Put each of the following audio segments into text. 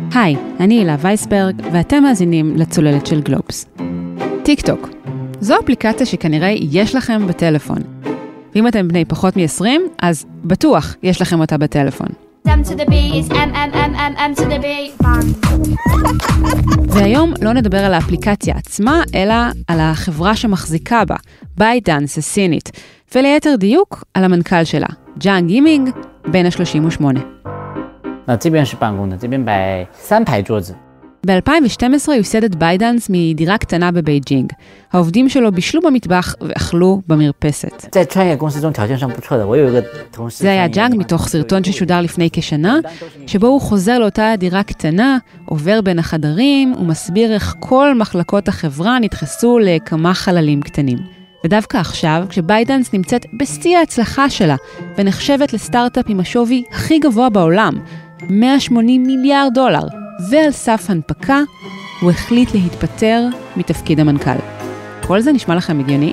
היי, אני הילה וייסברג, ואתם מאזינים לצוללת של גלובס. טיק טוק. זו אפליקציה שכנראה יש לכם בטלפון. ואם אתם בני פחות מ-20, אז בטוח יש לכם אותה בטלפון. והיום לא נדבר על האפליקציה עצמה, אלא על החברה שמחזיקה בה, ביידאנס הסינית, וליתר דיוק על המנכ"ל שלה, ג'אנג גימינג, בן ה-38. 这边是办公的，这边摆3排桌子。 ב-2012 יוסד את ביידאנס מדירה קטנה בבייג'ינג. העובדים שלו בישלו במטבח ואכלו במרפסת. 在创业公司中条件上不错的，我有一个同事。 זה היה ג'אנג מתוך סרטון ששודר לפני כשנה, שבו הוא חוזר לאותה דירה קטנה, עובר בין החדרים ומסביר איך כל מחלקות החברה נדחסו לכמה חללים קטנים. ודווקא עכשיו, כשביידאנס נמצאת בשיא ההצלחה שלה, ונחשבת לסטארט-אפ עם השווי הכי גבוה בעולם, $180 מיליארד, ועל סף הנפקה, הוא החליט להתפטר מתפקיד המנכ"ל. כל זה נשמע לכם הגיוני?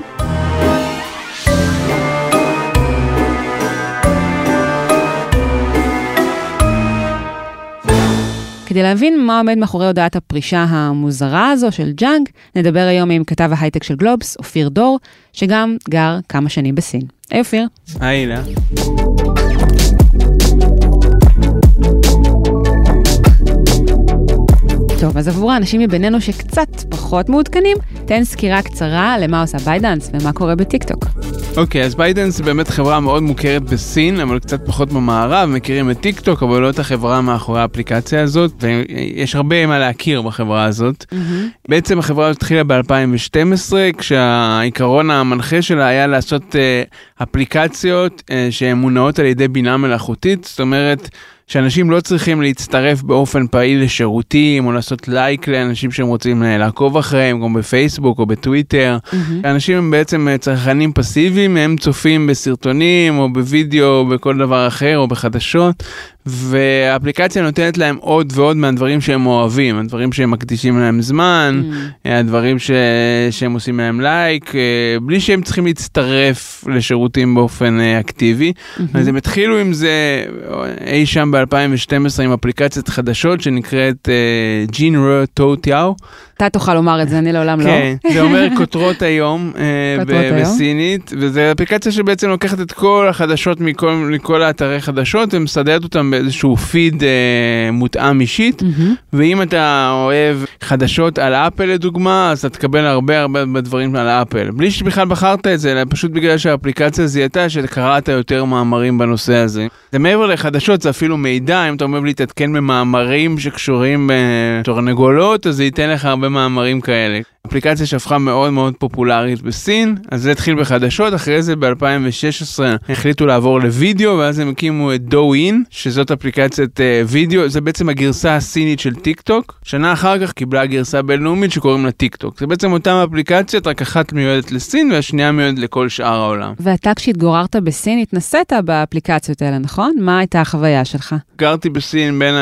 כדי להבין מה עומד מאחורי הודעת הפרישה המוזרה הזו של ג'אנג, נדבר היום עם כתב ההייטק של גלובס, אופיר דור, שגם גר כמה שנים בסין. היי אופיר. היי לה. טוב, אז עבור האנשים מבינינו שקצת פחות מעודכנים, תן סקירה קצרה למה עושה ביידאנס ומה קורה בטיקטוק. אוקיי, אז ביידאנס זה באמת חברה מאוד מוכרת בסין, אבל קצת פחות במערב, מכירים את טיקטוק, אבל לא את החברה מאחורי האפליקציה הזאת, ויש הרבה מה להכיר בחברה הזאת. בעצם החברה הזאת התחילה ב-2012, כשהעיקרון המנחה שלה היה לעשות אפליקציות שהן מונעות על ידי בינה מלאכותית, זאת אומרת, שאנשים לא צריכים להצטרף באופן פעיל לשירותים, או לעשות לייק לאנשים שהם רוצים לעקוב אחריהם, כמו בפייסבוק או בטוויטר. האנשים הם בעצם צרכנים פסיביים, הם צופים בסרטונים, או בווידאו, או בכל דבר אחר, או בחדשות, והאפליקציה נותנת להם עוד ועוד מהדברים שהם אוהבים, הדברים שהם מקדישים להם זמן, הדברים שהם עושים להם לייק, בלי שהם צריכים להצטרף לשירותים באופן אקטיבי. אז הם התחילו עם זה אי שם ב-2012 עם אפליקציות חדשות שנקראת ג'ינרו טאוטיאו. אתה תוכל לומר את זה, אני לעולם לא. כן, זה אומר כותרות היום בסינית, וזו אפליקציה שבעצם לוקחת את כל החדשות מכל האתרי חדשות, ומסדרת אותם באיזשהו פיד מותאם אישית, ואם אתה אוהב חדשות על אפל לדוגמה, אז אתה תקבל הרבה דברים על אפל. בלי שבכלל בחרת את זה, אלא פשוט בגלל שהאפליקציה זיהתה שקראת יותר מאמרים בנושא הזה. זה מעבר לחדשות, זה אפילו מידע, אם אתה אומר להתעדכן במאמרים שקשורים בתרנגולות, אז זה ייתן לך הרבה מאמרים כאלה. אפליקציה שהפכה מאוד מאוד פופולרית בסין, אז זה התחיל בחדשות, אחרי זה ב-2016 החליטו לעבור לוידאו, ואז הם הקימו את דואין, שזאת אפליקציית וידאו, זה בעצם הגרסה הסינית של טיק טוק, שנה אחר כך קיבלה גרסה בינלאומית שקוראים לה טיק טוק. זה בעצם אותם אפליקציות, רק אחת מיועדת לסין, והשנייה מיועדת לכל שאר העולם. ואתה כשהתגוררת בסין, התנסית באפליקציות האלה, נכון? מה הייתה החוויה שלך? גרתי בסין בין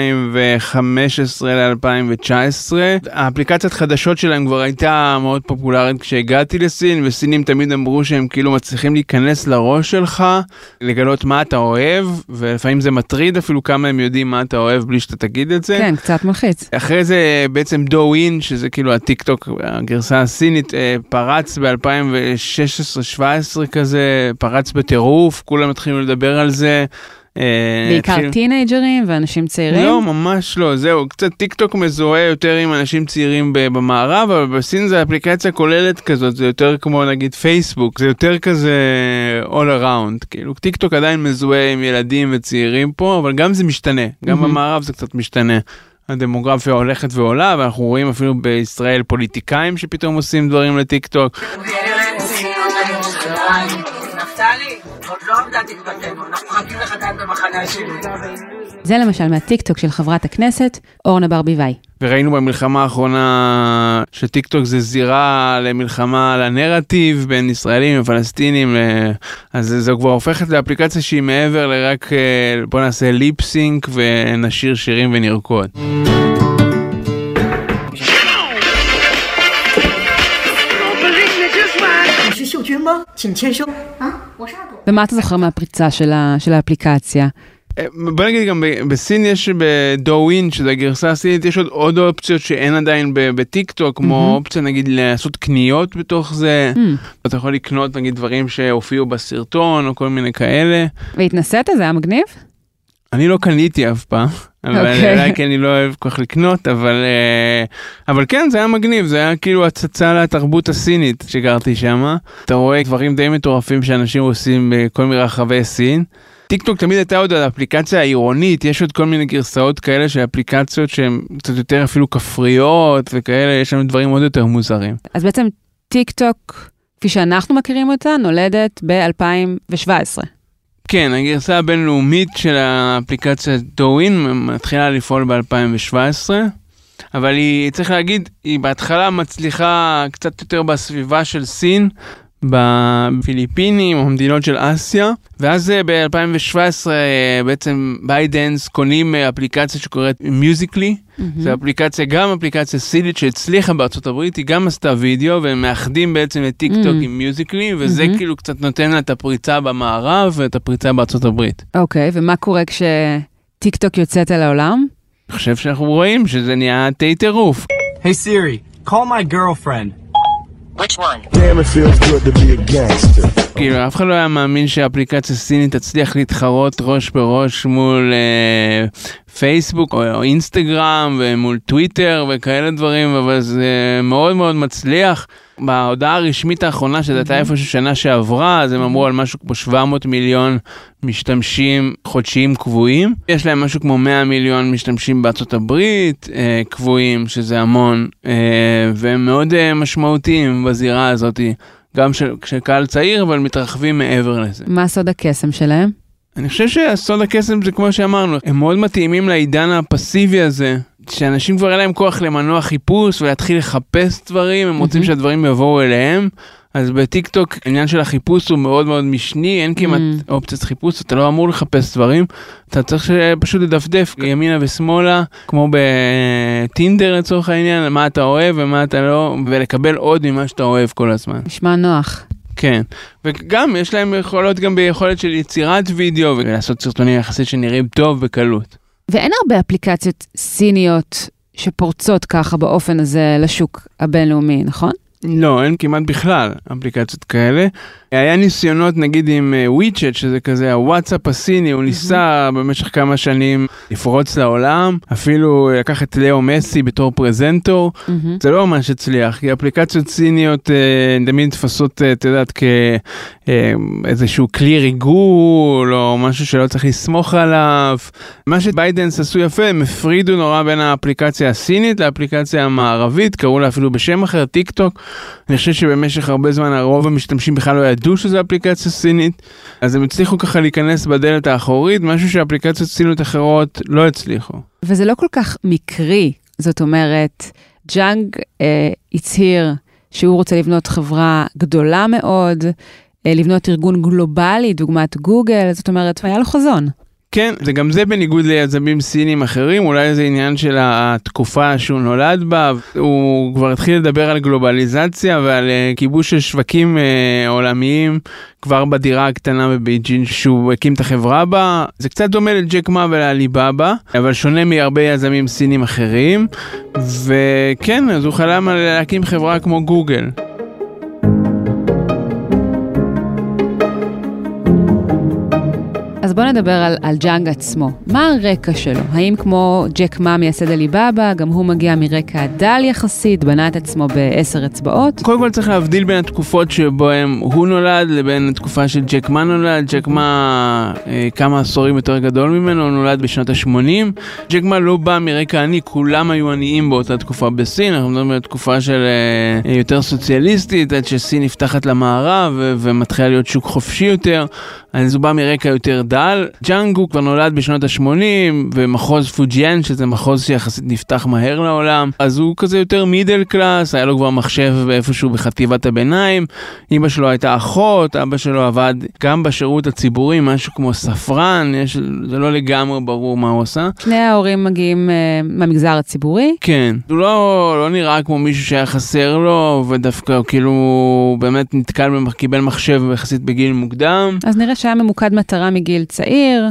2015 ל-2019, האפליקציית חדשות שלהם כבר הייתה מאוד פופולרית כשהגעתי לסין, וסינים תמיד אמרו שהם כאילו מצליחים להיכנס לראש שלך, לגלות מה אתה אוהב, ולפעמים זה מטריד אפילו כמה הם יודעים מה אתה אוהב בלי שאתה תגיד את זה. כן, קצת מלחיץ. אחרי זה בעצם דואין, שזה כאילו הטיק טוק, הגרסה הסינית, פרץ ב-2016-2017 כזה, פרץ בטירוף, כולם התחילו לדבר על זה. בעיקר טינג'רים ואנשים צעירים? לא, ממש לא, זהו, קצת טיק טוק מזוהה יותר עם אנשים צעירים במערב, אבל בסין זה אפליקציה כוללת כזאת, זה יותר כמו נגיד פייסבוק, זה יותר כזה all around, כאילו טיק טוק עדיין מזוהה עם ילדים וצעירים פה, אבל גם זה משתנה, גם במערב זה קצת משתנה. הדמוגרפיה הולכת ועולה, ואנחנו רואים אפילו בישראל פוליטיקאים שפתאום עושים דברים לטיק טוק. עוד לא עמדת התבטאנו, אנחנו חכים לחתן במחנה השני. זה למשל מהטיקטוק של חברת הכנסת, אורנה ברביבאי. וראינו במלחמה האחרונה שטיקטוק זה זירה למלחמה על הנרטיב בין ישראלים ופלסטינים, אז זו כבר הופכת לאפליקציה שהיא מעבר לרק בוא נעשה ליפסינק ונשיר שירים ונרקוד. ומה אתה זוכר מהפריצה של האפליקציה? בוא נגיד גם בסין יש בדואין, שזה הגרסה הסינית, יש עוד אופציות שאין עדיין בטיק טוק, כמו אופציה נגיד לעשות קניות בתוך זה, אתה יכול לקנות נגיד דברים שהופיעו בסרטון או כל מיני כאלה. והתנסית? זה היה מגניב? אני לא קניתי אף פעם, אבל אולי כי אני לא אוהב כל כך לקנות, אבל כן, זה היה מגניב, זה היה כאילו הצצה לתרבות הסינית שגרתי שם. אתה רואה דברים די מטורפים שאנשים עושים בכל מיני רחבי סין. טיק טוק תמיד הייתה עוד האפליקציה העירונית, יש עוד כל מיני גרסאות כאלה של אפליקציות שהן קצת יותר אפילו כפריות וכאלה, יש שם דברים עוד יותר מוזרים. אז בעצם טיק טוק, כפי שאנחנו מכירים אותה, נולדת ב-2017. כן, הגרסה הבינלאומית של האפליקציה דואין מתחילה לפעול ב-2017, אבל היא, צריך להגיד, היא בהתחלה מצליחה קצת יותר בסביבה של סין, בפיליפינים או מדינות של אסיה, ואז ב-2017 בעצם ביידנס קונים אפליקציה שקוראת מיוזיקלי, זו אפליקציה, גם אפליקציה סינית שהצליחה בארצות הברית, היא גם עשתה וידאו, והם מאחדים בעצם את טיק טוק עם מיוזיקלי, וזה כאילו קצת נותן לה את הפריצה במערב ואת הפריצה בארצות הברית. אוקיי, ומה קורה כשטיק טוק יוצאת אל העולם? אני חושב שאנחנו רואים שזה נהיה די טירוף. Hey Siri, call my girlfriend. Which one? Damn, it feels good to be a gangster. כאילו, אף אחד לא היה מאמין שהאפליקציה סינית תצליח להתחרות ראש בראש מול פייסבוק או אינסטגרם ומול טוויטר וכאלה דברים, אבל זה מאוד מאוד מצליח. בהודעה הרשמית האחרונה שדעתה איפשהו שנה שעברה, אז הם אמרו על משהו כמו 700 מיליון משתמשים חודשיים קבועים. יש להם משהו כמו 100 מיליון משתמשים בארצות הברית קבועים, שזה המון, והם מאוד משמעותיים בזירה הזאת, גם של קהל צעיר, אבל מתרחבים מעבר לזה. מה סוד הקסם שלהם? אני חושב שהסוד הקסם זה כמו שאמרנו, הם מאוד מתאימים לעידן הפסיבי הזה, שאנשים כבר אין להם כוח למנוע חיפוש ולהתחיל לחפש דברים, הם רוצים שהדברים יבואו אליהם, אז בטיק טוק העניין של החיפוש הוא מאוד מאוד משני, אין כמעט אופציית חיפוש, אתה לא אמור לחפש דברים, אתה צריך פשוט לדפדף ימינה ושמאלה, כמו בטינדר לצורך העניין, מה אתה אוהב ומה אתה לא, ולקבל עוד ממה שאתה אוהב כל הזמן. נשמע נוח. כן, וגם יש להם יכולות גם ביכולת של יצירת וידאו, ולעשות סרטונים יחסית שנראים טוב בקלות. ואין הרבה אפליקציות סיניות שפורצות ככה באופן הזה לשוק הבינלאומי, נכון? לא, אין כמעט בכלל אפליקציות כאלה. היה ניסיונות נגיד עם וויצ'ט, שזה כזה הוואטסאפ הסיני, הוא ניסה במשך כמה שנים לפרוץ לעולם, אפילו לקח את לאו מסי בתור פרזנטור, זה לא ממש הצליח, כי אפליקציות סיניות תמיד תפסות, את יודעת, כאיזשהו כלי ריגול, או משהו שלא צריך לסמוך עליו. מה שביידנס עשו יפה, הם הפרידו נורא בין האפליקציה הסינית לאפליקציה המערבית, קראו לה אפילו בשם אחר, טיק טוק. אני חושב שבמשך הרבה זמן הרוב המשתמשים בכלל לא ידעו שזו אפליקציה סינית, אז הם הצליחו ככה להיכנס בדלת האחורית, משהו שאפליקציות סיניות אחרות לא הצליחו. וזה לא כל כך מקרי, זאת אומרת, ג'אנג הצהיר שהוא רוצה לבנות חברה גדולה מאוד, לבנות ארגון גלובלי, דוגמת גוגל, זאת אומרת, היה לו חזון. כן, זה גם זה בניגוד ליזמים סינים אחרים, אולי זה עניין של התקופה שהוא נולד בה, הוא כבר התחיל לדבר על גלובליזציה ועל כיבוש של שווקים עולמיים, כבר בדירה הקטנה בבייג'ין שהוא הקים את החברה בה, זה קצת דומה לג'ק מה ולעליבאבא, אבל שונה מהרבה יזמים סינים אחרים, וכן, אז הוא חלם על להקים חברה כמו גוגל. אז בואו נדבר על ג'אנג עצמו. מה הרקע שלו? האם כמו ג'ק מה מייסד עליבאבא, גם הוא מגיע מרקע דל יחסית, בנה את עצמו ב10 אצבעות? קודם כל צריך להבדיל בין התקופות שבהם הוא נולד לבין התקופה של ג'ק מה נולד. ג'ק מה כמה עשורים יותר גדול ממנו, הוא נולד בשנות ה-80. ג'ק מה לא בא מרקע עני, כולם היו עניים באותה תקופה בסין, אנחנו מדברים על תקופה של יותר סוציאליסטית, עד שסין נפתחת למערב ומתחילה להיות שוק חופשי יותר, אז הוא בא מרקע יותר דל. ג'אנג הוא כבר נולד בשנות ה-80, ומחוז פוג'יאן, שזה מחוז שיחסית נפתח מהר לעולם, אז הוא כזה יותר מידל קלאס, היה לו כבר מחשב איפשהו בחטיבת הביניים, אמא שלו הייתה אחות, אבא שלו עבד גם בשירות הציבורי, משהו כמו ספרן, זה לא לגמרי ברור מה הוא עושה. שני ההורים מגיעים מהמגזר הציבורי? כן, הוא לא נראה כמו מישהו שהיה חסר לו, ודווקא כאילו באמת נתקל קיבל מחשב יחסית בגיל מוקדם. אז נראה שהיה ממוקד מטרה מגיל צעיר,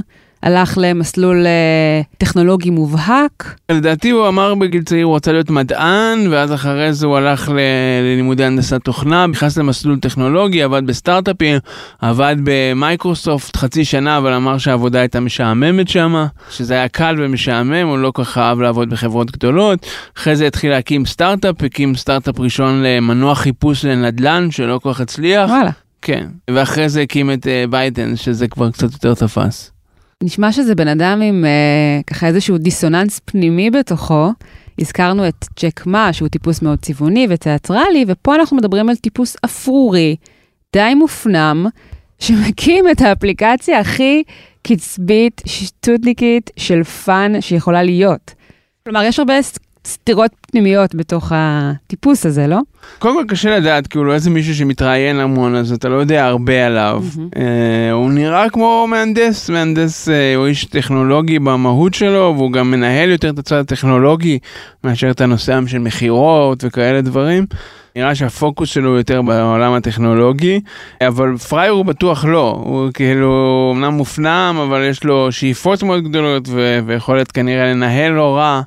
הלך למסלול טכנולוגי מובהק. לדעתי הוא אמר בגיל צעיר, הוא רצה להיות מדען, ואז אחרי זה הוא הלך ללימודי הנדסת תוכנה, נכנס למסלול טכנולוגי, עבד בסטארט-אפים, עבד במייקרוסופט חצי שנה, אבל אמר שהעבודה הייתה משעממת שם, שזה היה קל ומשעמם, הוא לא כל כך אהב לעבוד בחברות גדולות. אחרי זה התחיל להקים סטארט-אפ, הקים סטארט-אפ ראשון למנוע חיפוש לנדל"ן, שלא כל כך הצליח. וואלה. כן, ואחרי זה הקים את ביידן, שזה כבר קצת יותר תפס. נשמע שזה בן אדם עם ככה איזשהו דיסוננס פנימי בתוכו. הזכרנו את ג'ק מה, שהוא טיפוס מאוד צבעוני ותיאטרלי, ופה אנחנו מדברים על טיפוס אפרורי, די מופנם, שמקים את האפליקציה הכי קצבית, שטותניקית של פאן שיכולה להיות. כלומר, יש הרבה סתירות פנימיות בתוך הטיפוס הזה, לא? קודם כל קשה לדעת, כי הוא לא איזה מישהו שמתראיין המון, אז אתה לא יודע הרבה עליו. הוא נראה כמו מהנדס, הוא איש טכנולוגי במהות שלו, והוא גם מנהל יותר את הצד הטכנולוגי, מאשר את הנושא של מחירות וכאלה דברים. נראה שהפוקוס שלו הוא יותר בעולם הטכנולוגי, אבל פרייר הוא בטוח לא. הוא כאילו אמנם מופנם, אבל יש לו שאיפות מאוד גדולות, ויכולת כנראה לנהל לא רע.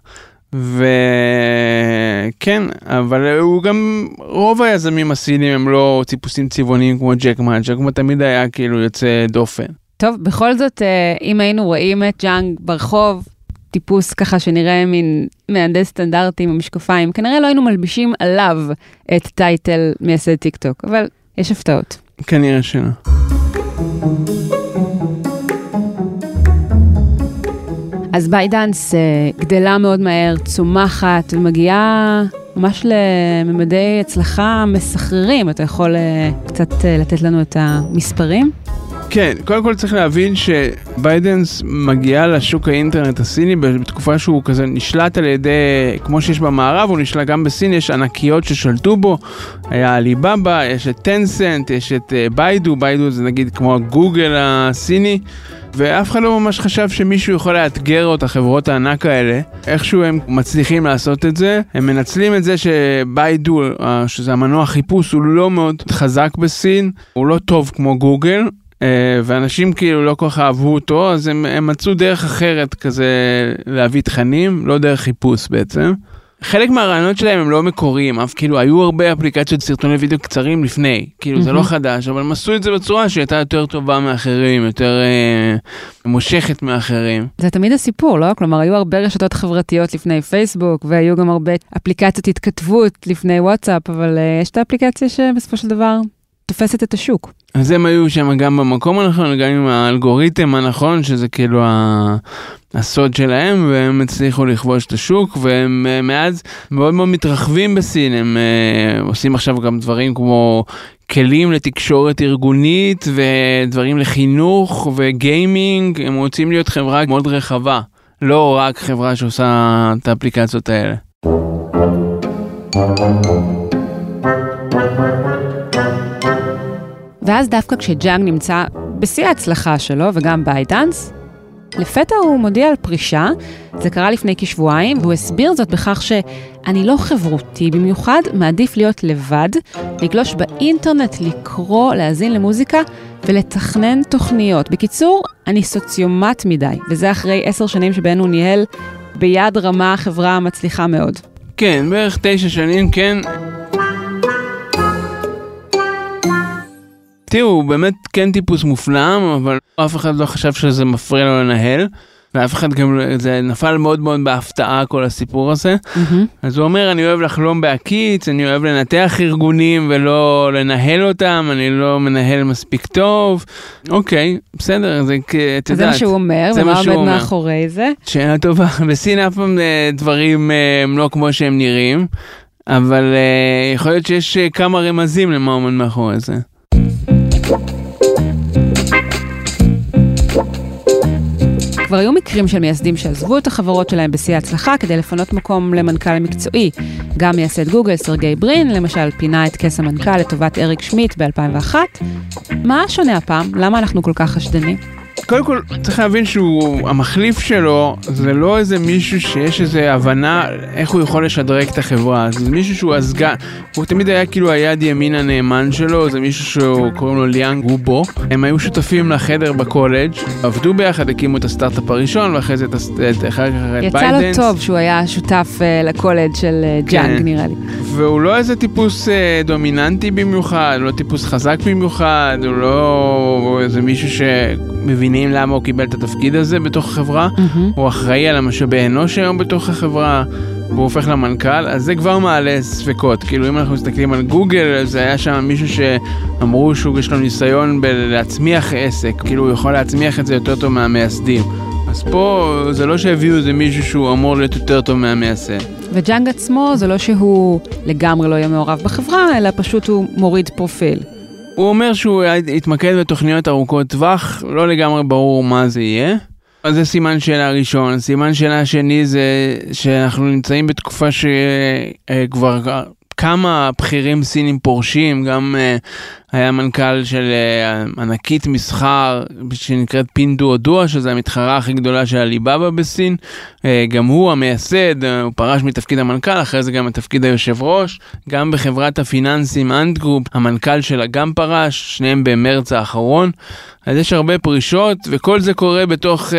וכן, אבל הוא גם, רוב היזמים הסינים הם לא טיפוסים צבעוניים כמו ג'ק מה. ג'ק מה תמיד היה כאילו יוצא דופן. טוב, בכל זאת, אם היינו רואים את ג'אנג ברחוב, טיפוס ככה שנראה מין מהנדס סטנדרטי עם המשקפיים, כנראה לא היינו מלבישים עליו את טייטל מייסד טיק טוק, אבל יש הפתעות. כנראה שלא. אז ביידנס גדלה מאוד מהר, צומחת, ומגיעה ממש לממדי הצלחה מסחררים. אתה יכול קצת לתת לנו את המספרים? כן, קודם כל צריך להבין שביידנס מגיע לשוק האינטרנט הסיני בתקופה שהוא כזה נשלט על ידי, כמו שיש במערב, הוא נשלט גם בסין, יש ענקיות ששלטו בו, היה עליבאבא, יש את טנסנט, יש את ביידו, ביידו זה נגיד כמו הגוגל הסיני, ואף אחד לא ממש חשב שמישהו יכול לאתגר את החברות הענק האלה. איכשהו הם מצליחים לעשות את זה. הם מנצלים את זה שביידו, שזה המנוע חיפוש, הוא לא מאוד חזק בסין, הוא לא טוב כמו גוגל, ואנשים כאילו לא כל כך אהבו אותו, אז הם מצאו דרך אחרת כזה להביא תכנים, לא דרך חיפוש בעצם. חלק מהרעיונות שלהם הם לא מקוריים, אף כאילו היו הרבה אפליקציות סרטוני וידאו קצרים לפני, כאילו זה לא חדש, אבל הם עשו את זה בצורה שהייתה יותר טובה מאחרים, יותר מושכת מאחרים. זה תמיד הסיפור, לא? כלומר, היו הרבה רשתות חברתיות לפני פייסבוק, והיו גם הרבה אפליקציות התכתבות לפני וואטסאפ, אבל יש את האפליקציה שבסופו של דבר תופסת את השוק. אז הם היו שם גם במקום הנכון, גם עם האלגוריתם הנכון, שזה כאילו הסוד שלהם, והם הצליחו לכבוש את השוק, והם מאז מאוד מאוד מתרחבים בסין, הם עושים עכשיו גם דברים כמו כלים לתקשורת ארגונית, ודברים לחינוך וגיימינג, הם רוצים להיות חברה מאוד רחבה, לא רק חברה שעושה את האפליקציות האלה. ואז דווקא כשג'אנג נמצא בשיא ההצלחה שלו, וגם ביידנס, לפתע הוא מודיע על פרישה, זה קרה לפני כשבועיים, והוא הסביר זאת בכך שאני לא חברותי במיוחד, מעדיף להיות לבד, לגלוש באינטרנט, לקרוא, להאזין למוזיקה, ולתכנן תוכניות. בקיצור, אני סוציומט מדי, וזה אחרי 10 שנים שבהן הוא ניהל ביד רמה חברה מצליחה מאוד. כן, בערך 9 שנים, כן. תראו, הוא באמת כן טיפוס מופנם, אבל אף אחד לא חשב שזה מפריע לו לנהל, ואף אחד גם, זה נפל מאוד מאוד בהפתעה כל הסיפור הזה. אז הוא אומר, אני אוהב לחלום בהקיץ, אני אוהב לנתח ארגונים ולא לנהל אותם, אני לא מנהל מספיק טוב. אוקיי, בסדר, זה תדעת. זה מה שהוא אומר, ומה עומד מאחורי זה? שאלה טובה, בסין אף פעם דברים הם לא כמו שהם נראים, אבל יכול להיות שיש כמה רמזים למה עומד מאחורי זה. כבר היו מקרים של מייסדים שעזבו את החברות שלהם בשיא ההצלחה כדי לפנות מקום למנכ"ל מקצועי. גם מייסד גוגל, סרגי ברין, למשל, פינה את כס המנכ"ל לטובת אריק שמיט ב-2001. מה שונה הפעם? למה אנחנו כל כך חשדנים? קודם כל, צריך להבין שהוא, המחליף שלו, זה לא איזה מישהו שיש איזה הבנה איך הוא יכול לשדרג את החברה. זה מישהו שהוא הסגן, הוא תמיד היה כאילו היד ימין הנאמן שלו, זה מישהו שהוא קוראים לו ליאנג רובו. הם היו שותפים לחדר בקולג', עבדו ביחד, הקימו את הסטארט-אפ הראשון, ואחרי זה אחר כך את ביידנס. יצא לו טוב שהוא היה שותף לקולג' של ג'אנג, נראה לי. והוא לא איזה טיפוס דומיננטי במיוחד, לא טיפוס חזק במיוחד, הוא לא איזה מישהו שמבינים למה הוא קיבל את התפקיד הזה בתוך החברה, הוא אחראי על המשאבי אנוש היום בתוך החברה, והוא הופך למנכ"ל, אז זה כבר מעלה ספקות. כאילו אם אנחנו מסתכלים על גוגל, זה היה שם מישהו שאמרו שהוא יש לו ניסיון בלהצמיח עסק, כאילו הוא יכול להצמיח את זה יותר טוב מהמייסדים. אז פה זה לא שהביאו איזה מישהו שהוא אמור להיות יותר טוב מהמייסד. וג'אנג עצמו זה לא שהוא לגמרי לא יהיה מעורב בחברה, אלא פשוט הוא מוריד פרופיל. הוא אומר שהוא יתמקד בתוכניות ארוכות טווח, לא לגמרי ברור מה זה יהיה. אז זה סימן שאלה ראשון. סימן שאלה שני זה שאנחנו נמצאים בתקופה שכבר כמה בכירים סינים פורשים, גם היה מנכ"ל של ענקית מסחר שנקראת פינדואודואה, שזה המתחרה הכי גדולה של הליבאבא בסין, גם הוא המייסד, הוא פרש מתפקיד המנכ"ל, אחרי זה גם מתפקיד היושב ראש, גם בחברת הפיננסים אנט גרופ, המנכ"ל שלה גם פרש, שניהם במרץ האחרון, אז יש הרבה פרישות, וכל זה קורה בתוך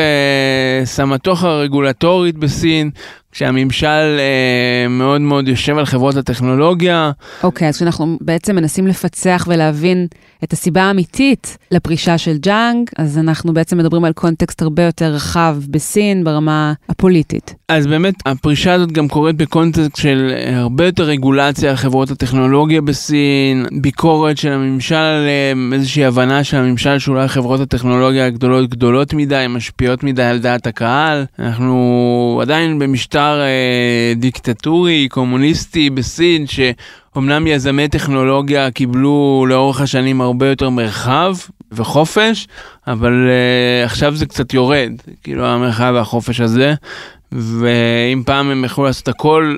סמטוחה רגולטורית בסין, כשהממשל מאוד מאוד יושב על חברות הטכנולוגיה. אוקיי, אז כשאנחנו בעצם מנסים לפצח ולהבין את הסיבה האמיתית לפרישה של ג'אנג, אז אנחנו בעצם מדברים על קונטקסט הרבה יותר רחב בסין ברמה הפוליטית. אז באמת הפרישה הזאת גם קורית בקונטקסט של הרבה יותר רגולציה על חברות הטכנולוגיה בסין, ביקורת של הממשל עליהם, איזושהי הבנה של הממשל שאולי חברות הטכנולוגיה הגדולות גדולות מדי, משפיעות מדי על דעת הקהל. אנחנו עדיין במשטר דיקטטורי, קומוניסטי בסין, שאומנם יזמי טכנולוגיה קיבלו לאורך השנים הרבה יותר מרחב וחופש, אבל עכשיו זה קצת יורד, כאילו המרחב והחופש הזה, ואם פעם הם יכולו לעשות הכל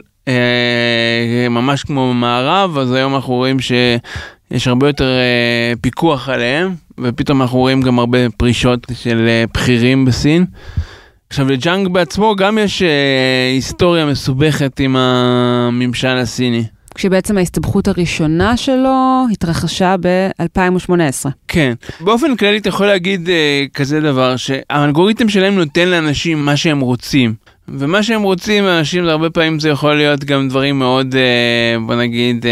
ממש כמו במערב, אז היום אנחנו רואים שיש הרבה יותר פיקוח עליהם, ופתאום אנחנו רואים גם הרבה פרישות של בכירים בסין. עכשיו לג'אנג בעצמו גם יש היסטוריה מסובכת עם הממשל הסיני. כשבעצם ההסתבכות הראשונה שלו התרחשה ב-2018. כן. באופן כללי אתה יכול להגיד כזה דבר, שהאלגוריתם שלהם נותן לאנשים מה שהם רוצים. ומה שהם רוצים, אנשים הרבה פעמים זה יכול להיות גם דברים מאוד, בוא נגיד...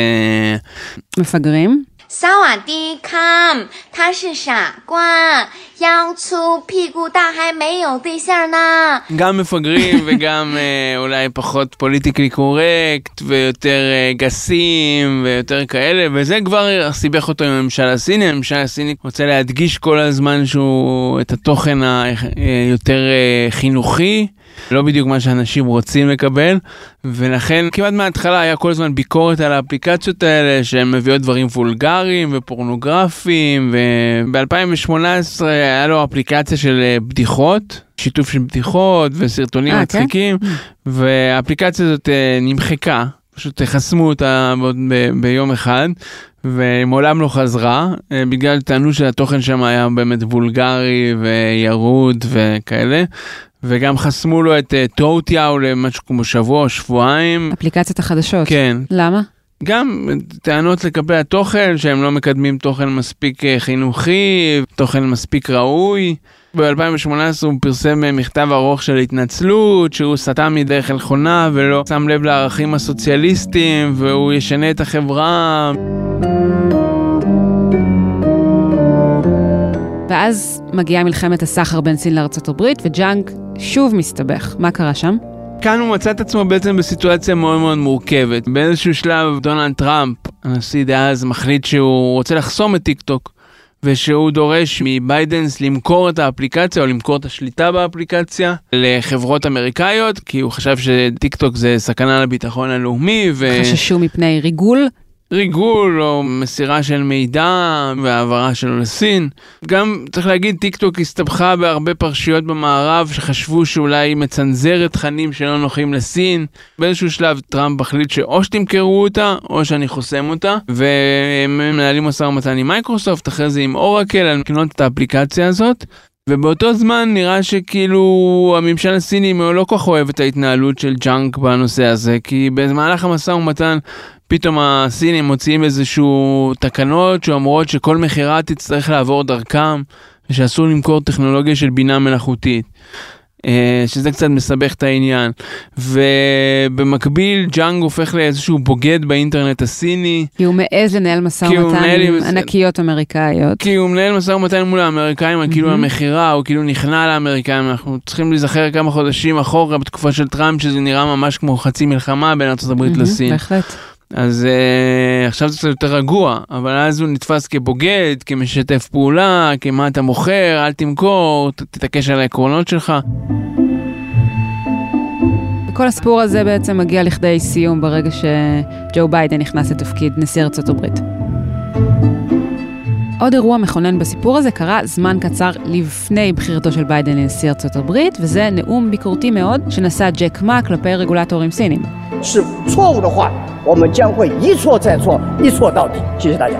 מפגרים. 萨瓦迪康，他是傻瓜，腰粗屁股大还没有对象呢。 גם מפגרים וגם אולי פחות פוליטיקלי קורקט ויותר גסים ויותר כאלה, וזה כבר סיבך אותו עם הממשל הסיני. הממשל הסיני רוצה להדגיש כל הזמן שהוא את התוכן היותר חינוכי, לא בדיוק מה שאנשים רוצים לקבל, ולכן כמעט מההתחלה היה כל הזמן ביקורת על האפליקציות האלה, שהן מביאות דברים וולגריים ופורנוגרפיים, וב-2018 היה לו אפליקציה של בדיחות, שיתוף של בדיחות וסרטונים מצחיקים, והאפליקציה הזאת נמחקה, פשוט חסמו אותה ביום אחד, ומעולם לא חזרה, בגלל טענו שהתוכן שם היה באמת וולגרי וירוד וכאלה, וגם חסמו לו את טוטיהו למשהו כמו שבוע או שבועיים. אפליקציית החדשות. כן. למה? גם טענות לקבל התוכן, שהם לא מקדמים תוכן מספיק חינוכי, תוכן מספיק ראוי. ב-2018 הוא פרסם מכתב ארוך של התנצלות, שהוא סטה מדרך נכונה ולא שם לב לערכים הסוציאליסטיים, והוא ישנה את החברה. ואז מגיעה מלחמת הסחר בין סין לארצות הברית, וג'אנג שוב מסתבך. מה קרה שם? כאן הוא מצא את עצמו בעצם בסיטואציה מאוד מאוד מורכבת. באיזשהו שלב דונלד טראמפ, הנשיא דאז, מחליט שהוא רוצה לחסום את טיק טוק, ושהוא דורש מביידנס למכור את האפליקציה, או למכור את השליטה באפליקציה, לחברות אמריקאיות, כי הוא חשב שטיק טוק זה סכנה לביטחון הלאומי. חששו מפני ריגול או מסירה של מידע והעברה שלו לסין. גם צריך להגיד, טיק טוק הסתבכה בהרבה פרשיות במערב שחשבו שאולי מצנזרת תכנים שלא נוחים לסין. באיזשהו שלב טראמפ החליט שאו שתמכרו אותה או שאני חוסם אותה, והם מנהלים משא ומתן עם מייקרוסופט, אחרי זה עם אורקל, על לקנות את האפליקציה הזאת. ובאותו זמן נראה שכאילו הממשל הסיני לא כל כך אוהב את ההתנהלות של ג'אנג בנושא הזה, כי במהלך המשא ומתן פתאום הסינים מוציאים איזשהו תקנות שאומרות שכל מחירה תצטרך לעבור דרכם, ושאסור למכור טכנולוגיה של בינה מלאכותית. שזה קצת מסבך את העניין. ובמקביל ג'אנג הופך לאיזשהו בוגד באינטרנט הסיני. כי הוא מעז לנהל משא ומתן עם ענקיות אמריקאיות. כי הוא מנהל משא ומתן מול האמריקאים, כאילו המחירה, הוא כאילו נכנע לאמריקאים. אנחנו צריכים להיזכר כמה חודשים אחורה בתקופה של טראמפ, שזה נראה ממש כמו חצי מלחמה בין ארצות הברית לסין. בהחלט. אז עכשיו זה קצת יותר רגוע, אבל אז הוא נתפס כבוגד, כמשתף פעולה, כמה אתה מוכר, אל תמכור, תתעקש על העקרונות שלך. וכל הסיפור הזה בעצם מגיע לכדי סיום ברגע שג'ו ביידן נכנס לתפקיד נשיא ארצות הברית. עוד אירוע מכונן בסיפור הזה קרה זמן קצר לפני בחירתו של ביידן לנשיא ארצות הברית, וזה נאום ביקורתי מאוד שנשא ג'ק מה כלפי רגולטורים סינים. 是错误的话，我们将会一错再错，一错到底。谢谢大家。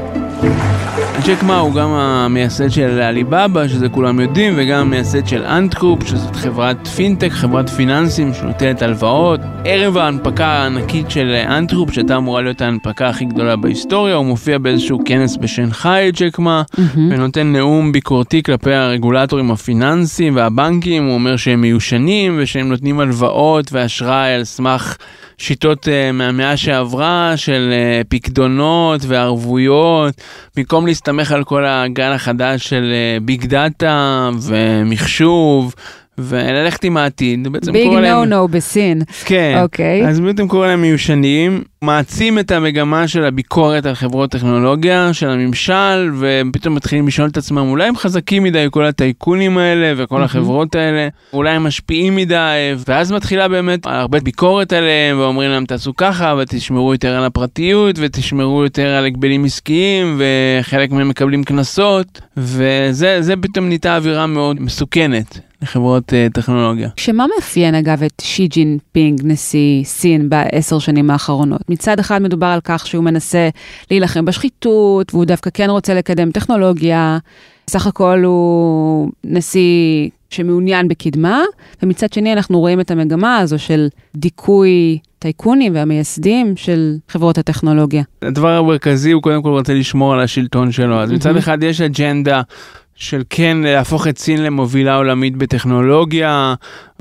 ג'ק מה הוא גם המייסד של אליבאבא, שזה כולם יודעים, וגם המייסד של אנטגרופ, שזאת חברת פינטק, חברת פיננסים שנותנת הלוואות. ערב ההנפקה הענקית של אנטגרופ, שהייתה אמורה להיות ההנפקה הכי גדולה בהיסטוריה, הוא מופיע באיזשהו כנס בשנגחאי, ג'ק מה, ונותן נאום ביקורתי כלפי הרגולטורים הפיננסיים והבנקים. הוא אומר שהם מיושנים ושהם נותנים הלוואות ואשראי על סמך שיטות מהמאה שעברה של פקדונות וערבויות, במקום להסתמך על כל הגל החדש של ביג דאטה ומחשוב, וללכת עם העתיד. ביג נו בסין. כן, אז בעצם קורא להם מיושנים, מעצים את המגמה של הביקורת על חברות טכנולוגיה, של הממשל, ופתאום מתחילים לשאול את עצמם, אולי הם חזקים מדי, כל הטייקונים האלה וכל החברות האלה, אולי הם משפיעים מדי, ואז מתחילה באמת הרבה ביקורת עליהם, ואומרים להם תעשו ככה, ותשמרו יותר על הפרטיות, ותשמרו יותר על הגבלים עסקיים, וחלק מהם מקבלים כנסות, וזה פתאום נהייתה אווירה מאוד מסוכנת לחברות טכנולוגיה. שמה מאפיין אגב את שי ג'ינפינג, נשיא סין, ב10 שנים האחרונות? מצד אחד מדובר על כך שהוא מנסה להילחם בשחיתות, והוא דווקא כן רוצה לקדם טכנולוגיה, סך הכל הוא נשיא שמעוניין בקדמה, ומצד שני אנחנו רואים את המגמה הזו של דיכוי טייקונים והמייסדים של חברות הטכנולוגיה. הדבר המרכזי הוא קודם כל רוצה לשמור על השלטון שלו, אז מצד אחד יש אג'נדה של כן להפוך את סין למובילה עולמית בטכנולוגיה,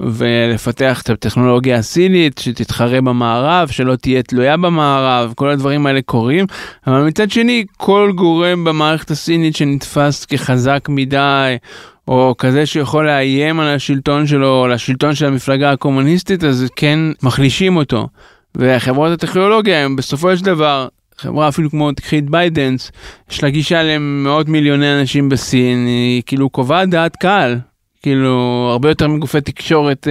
ולפתח את הטכנולוגיה הסינית, שתתחרה במערב, שלא תהיה תלויה במערב, כל הדברים האלה קורים, אבל מצד שני, כל גורם במערכת הסינית שנתפס כחזק מדי, או כזה שיכול לאיים על השלטון שלו, או לשלטון של המפלגה הקומוניסטית, אז כן מחלישים אותו. והחברות הטכנולוגיה הם בסופו של דבר, חברה אפילו כמו תקחית ביידנס, יש לה גישה למאות מיליוני אנשים בסין, היא כאילו קובעת דעת קהל, כאילו הרבה יותר מגופי תקשורת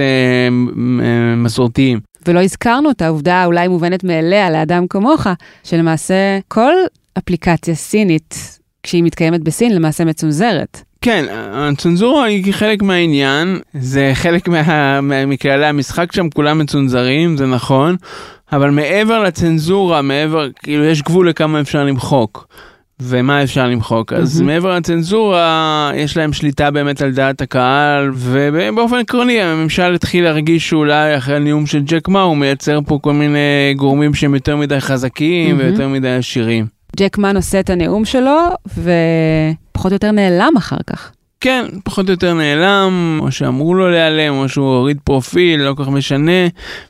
מסורתיים. ולא הזכרנו את העובדה אולי מובנת מאליה לאדם כמוך, שלמעשה כל אפליקציה סינית, כשהיא מתקיימת בסין, למעשה מצונזרת. כן, הצנזורה היא חלק מהעניין, זה חלק מכללי המשחק שם, כולם מצונזרים, זה נכון, אבל מעבר לצנזורה, כאילו יש גבול לכמה אפשר למחוק, ומה אפשר למחוק, אז מעבר לצנזורה, יש להם שליטה באמת על דעת הקהל, ובאופן עקרוני, הממשל התחיל להרגיש שאולי אחרי הנאום של ג'ק מה, הוא מייצר פה כל מיני גורמים שהם יותר מדי חזקים, ויותר מדי עשירים. ג'ק מה נושא את הנאום שלו, ופחות או יותר נעלם אחר כך. כן, פחות או יותר נעלם, או שאמרו לו להיעלם, או שהוא הוריד פרופיל, לא כל כך משנה,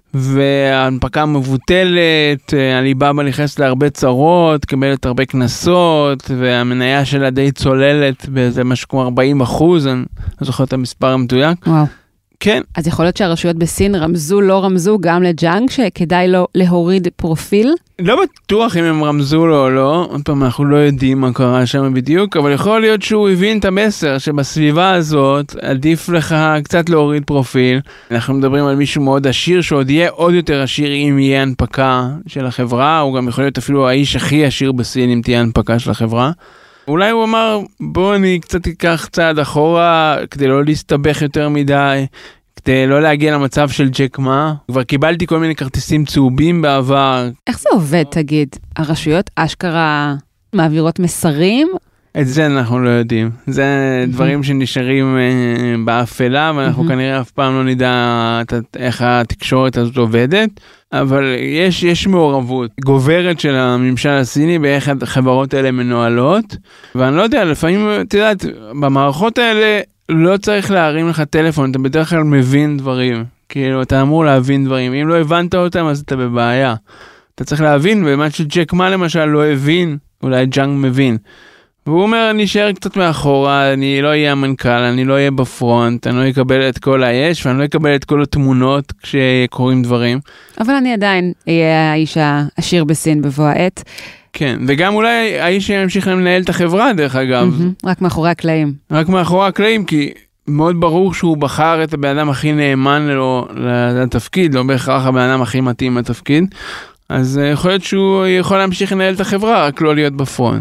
וההנפקה מבוטלת, אליבאבא נכנסת להרבה צרות, קבלת הרבה כנסות, והמניה שלה די צוללת באיזה משהו כמו 40%, אני לא זוכר את המספר המדויק. וואו. כן. אז יכול להיות שהרשויות בסין רמזו, לא רמזו גם לג'אנג, שכדאי לו להוריד פרופיל? לא בטוח אם הם רמזו לו או לא, עוד פעם אנחנו לא יודעים מה קרה שם בדיוק, אבל יכול להיות שהוא הבין את המסר, שבסביבה הזאת עדיף לך קצת להוריד פרופיל. אנחנו מדברים על מישהו מאוד עשיר, שעוד יהיה עוד יותר עשיר אם יהיה הנפקה של החברה, הוא גם יכול להיות אפילו האיש הכי עשיר בסין אם תהיה הנפקה של החברה. אולי הוא אמר, בוא אני קצת אקח צעד אחורה, כדי לא להסתבך יותר מדי, כדי לא להגיע למצב של ג'ק מה. כבר קיבלתי כל מיני כרטיסים צהובים בעבר. איך זה עובד, תגיד? הרשויות אשכרה מעבירות מסרים? את זה אנחנו לא יודעים. זה דברים שנשארים באפלה, ואנחנו כנראה אף פעם לא נדע איך התקשורת הזאת עובדת, אבל יש מעורבות גוברת של הממשל הסיני באיך החברות האלה מנוהלות, ואני לא יודע, לפעמים, את יודעת, במערכות האלה לא צריך להרים לך טלפון, אתה בדרך כלל מבין דברים, כאילו אתה אמור להבין דברים, אם לא הבנת אותם אז אתה בבעיה. אתה צריך להבין, ומה שג'ק מה למשל לא הבין, אולי ג'אנג מבין. והוא אומר, אני אשאר קצת מאחורה, אני לא אהיה המנכ"ל, אני לא אהיה בפרונט, אני לא אקבל את כל היש, ואני לא אקבל את כל התמונות כשקורים דברים. אבל אני עדיין אהיה האיש העשיר בסין בבוא העת. כן, וגם אולי האיש שימשיך לנהל את החברה, דרך אגב. רק מאחורי הקלעים. רק מאחורי הקלעים, כי מאוד ברור שהוא בחר את הבן אדם הכי נאמן לו לתפקיד, לא בהכרח הבן אדם הכי מתאים לתפקיד. אז יכול להיות שהוא יכול להמשיך לנהל את החברה, רק לא להיות בפרונט.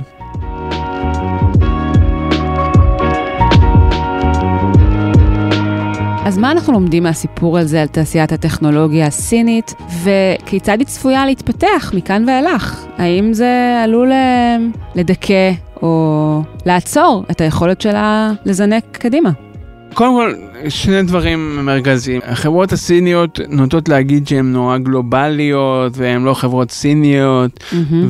אז מה אנחנו לומדים מהסיפור הזה על תעשיית הטכנולוגיה הסינית, וכיצד היא צפויה להתפתח מכאן ואילך? האם זה עלול לדכא או לעצור את היכולת שלה לזנק קדימה? קודם כל, שני דברים מרכזיים. החברות הסיניות נוטות להגיד שהן נורא גלובליות, והן לא חברות סיניות,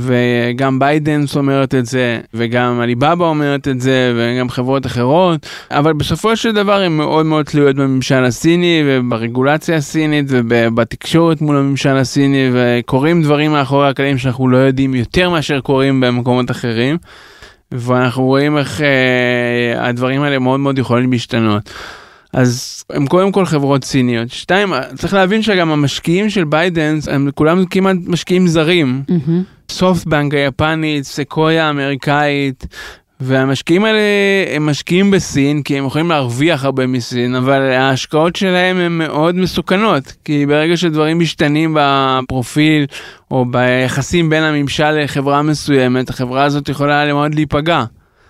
וגם ביידנס אומרת את זה, וגם אליבאבא אומרת את זה, וגם חברות אחרות, אבל בסופו של דבר הן מאוד מאוד תלויות בממשל הסיני, וברגולציה הסינית, ובתקשורת מול הממשל הסיני, וקוראים דברים מאחורי הקלעים שאנחנו לא יודעים יותר מאשר קוראים במקומות אחרים. ואנחנו רואים איך הדברים האלה מאוד מאוד יכולים להשתנות. אז הם קודם כל חברות סיניות. שתיים, צריך להבין שגם המשקיעים של ביידנס, הם כולם כמעט משקיעים זרים. סופטבנק היפנית, סקויה האמריקאית, והמשקיעים האלה הם משקיעים בסין, כי הם יכולים להרוויח הרבה מסין, אבל ההשקעות שלהם הן מאוד מסוכנות, כי ברגע שדברים משתנים בפרופיל, או ביחסים בין הממשל לחברה מסוימת, החברה הזאת יכולה מאוד להיפגע.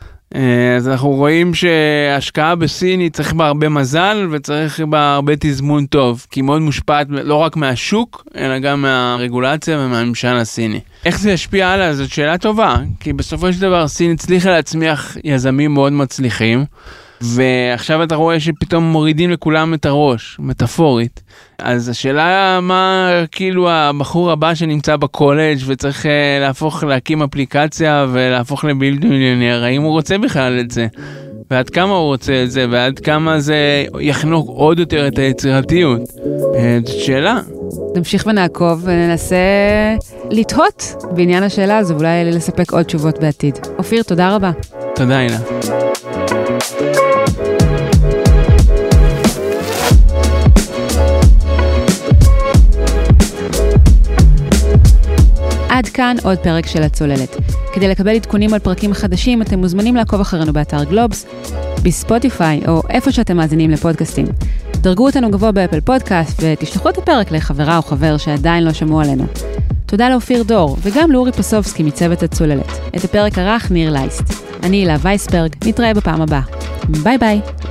אז אנחנו רואים שההשקעה בסין היא צריך בה הרבה מזל, וצריך בה הרבה תזמון טוב, כי היא מאוד מושפעת לא רק מהשוק, אלא גם מהרגולציה ומהממשל הסיני. איך זה ישפיע הלאה? זאת שאלה טובה, כי בסופו של דבר סין הצליחה להצמיח יזמים מאוד מצליחים, ועכשיו אתה רואה שפתאום מורידים לכולם את הראש, מטאפורית. אז השאלה מה כאילו הבחור הבא שנמצא בקולג' וצריך להקים אפליקציה ולהפוך לבילד-מיליונר, האם הוא רוצה בכלל את זה? ועד כמה הוא רוצה את זה? ועד כמה זה יחנוק עוד יותר את היצירתיות? זאת שאלה. נמשיך ונעקוב וננסה לתהות בעניין השאלה הזו, ואולי לספק עוד תשובות בעתיד. אופיר, תודה רבה. תודה, אילה. עד כאן עוד פרק של הצוללת. כדי לקבל עדכונים על פרקים חדשים, אתם מוזמנים לעקוב אחרינו באתר גלובס, בספוטיפיי או איפה שאתם מאזינים לפודקאסטים. דרגו אותנו גבוה באפל פודקאסט ותשלחו את הפרק לחברה או חבר שעדיין לא שמעו עלינו. תודה לאופיר דור וגם לאורי פסובסקי מצוות הצוללת. את הפרק ערך ניר לייסט. אני הילה וייסברג, נתראה בפעם הבאה. ביי ביי.